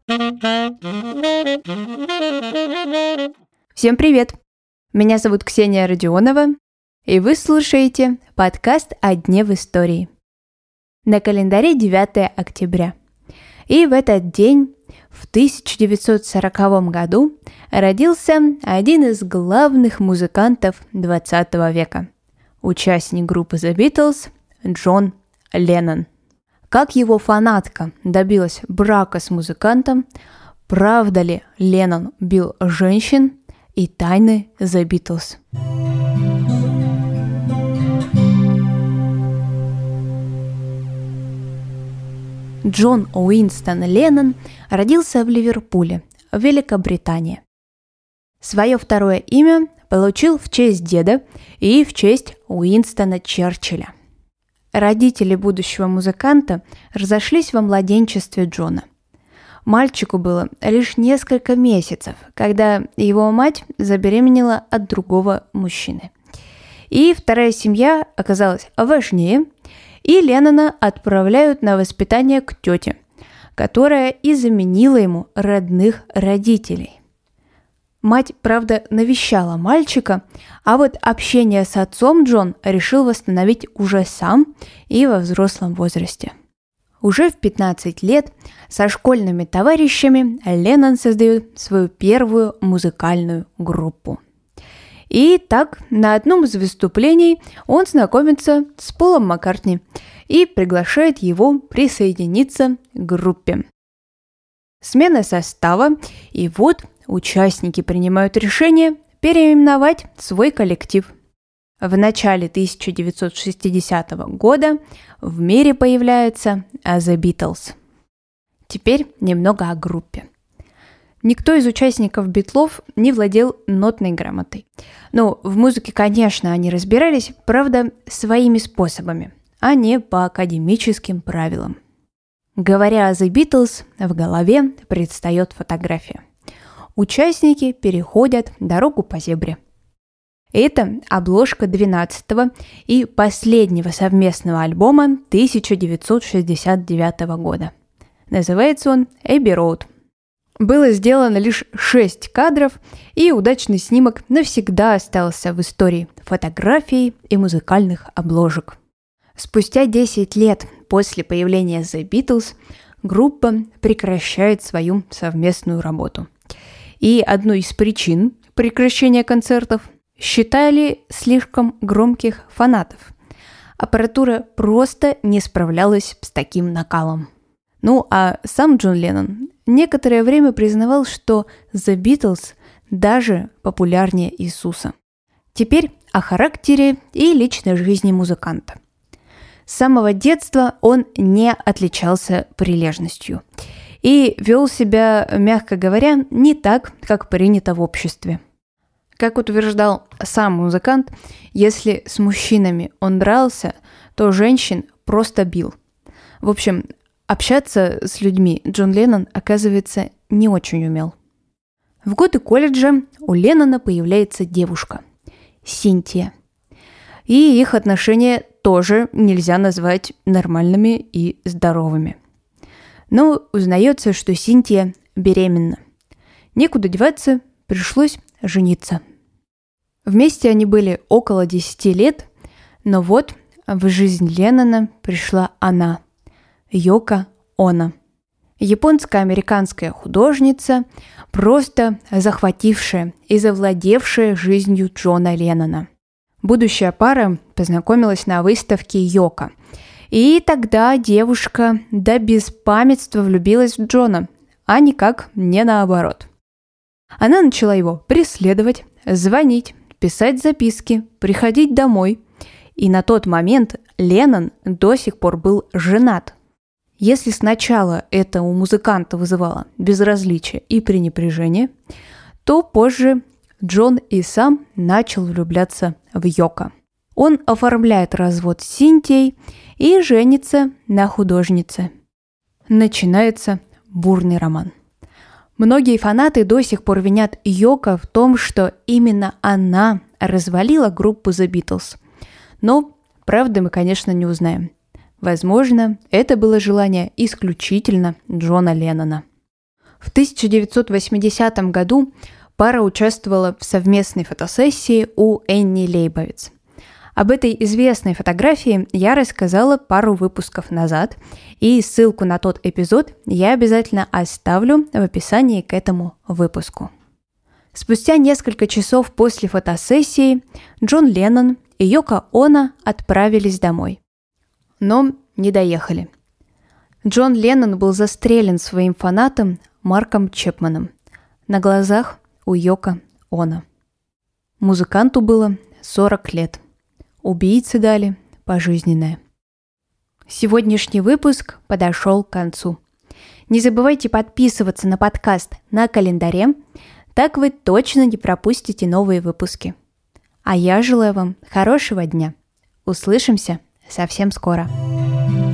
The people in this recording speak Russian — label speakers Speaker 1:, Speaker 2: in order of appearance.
Speaker 1: Всем привет! Меня зовут Ксения Родионова, и вы слушаете подкаст «О дне в истории». На календаре 9 октября. И в этот день, в 1940 году, родился один из главных музыкантов 20 века, участник группы The Beatles Джон Леннон. Как его фанатка добилась брака с музыкантом, правда ли Леннон бил женщин и тайны The Beatles. Джон Уинстон Леннон родился в Ливерпуле, в Великобритании. Свое второе имя получил в честь деда и в честь Уинстона Черчилля. Родители будущего музыканта разошлись во младенчестве Джона. Мальчику было лишь несколько месяцев, когда его мать забеременела от другого мужчины. И вторая семья оказалась важнее, и Леннона отправляют на воспитание к тете, которая и заменила ему родных родителей. Мать, правда, навещала мальчика, а вот общение с отцом Джон решил восстановить уже сам и во взрослом возрасте. Уже в 15 лет со школьными товарищами Леннон создает свою первую музыкальную группу. И так, на одном из выступлений он знакомится с Полом Маккартни и приглашает его присоединиться к группе. Смена состава, и вот участники принимают решение переименовать свой коллектив. В начале 1960 года в мире появляется The Beatles. Теперь немного о группе. Никто из участников Битлов не владел нотной грамотой. Ну, в музыке, конечно, они разбирались, правда, своими способами, а не по академическим правилам. Говоря о The Beatles, в голове предстает фотография. Участники переходят дорогу по зебре. Это обложка 12-го и последнего совместного альбома 1969 года. Называется он «Abbey Road». Было сделано лишь 6 кадров, и удачный снимок навсегда остался в истории фотографий и музыкальных обложек. Спустя 10 лет после появления The Beatles группа прекращает свою совместную работу. И одной из причин прекращения концертов считали слишком громких фанатов. Аппаратура просто не справлялась с таким накалом. Ну а сам Джон Леннон некоторое время признавал, что The Beatles даже популярнее Иисуса. Теперь о характере и личной жизни музыканта. С самого детства он не отличался прилежностью и вел себя, мягко говоря, не так, как принято в обществе. Как утверждал сам музыкант, если с мужчинами он дрался, то женщин просто бил. В общем, общаться с людьми Джон Леннон, оказывается, не очень умел. В годы колледжа у Леннона появляется девушка – Синтия. И их отношения тоже нельзя назвать нормальными и здоровыми. Но узнается, что Синтия беременна. Некуда деваться, пришлось жениться. Вместе они были около 10 лет, но вот в жизнь Леннона пришла она – Йоко Оно. Японско-американская художница, просто захватившая и завладевшая жизнью Джона Леннона. Будущая пара познакомилась на выставке Йоко. И тогда девушка до беспамятства влюбилась в Джона, а никак не наоборот. Она начала его преследовать, звонить, писать записки, приходить домой. И на тот момент Леннон до сих пор был женат. Если сначала это у музыканта вызывало безразличие и пренебрежение, то позже Джон и сам начал влюбляться в Йоко. Он оформляет развод с Синтией и женится на художнице. Начинается бурный роман. Многие фанаты до сих пор винят Йоко в том, что именно она развалила группу The Beatles. Но правды мы, конечно, не узнаем. Возможно, это было желание исключительно Джона Леннона. В 1980 году пара участвовала в совместной фотосессии у Энни Лейбовиц. Об этой известной фотографии я рассказала пару выпусков назад, и ссылку на тот эпизод я обязательно оставлю в описании к этому выпуску. Спустя несколько часов после фотосессии Джон Леннон и Йоко Оно отправились домой. Но не доехали. Джон Леннон был застрелен своим фанатом Марком Чепманом на глазах у Йоко Оно. Музыканту было 40 лет. Убийце дали пожизненное. Сегодняшний выпуск подошел к концу. Не забывайте подписываться на подкаст на календаре, так вы точно не пропустите новые выпуски. А я желаю вам хорошего дня. Услышимся совсем скоро.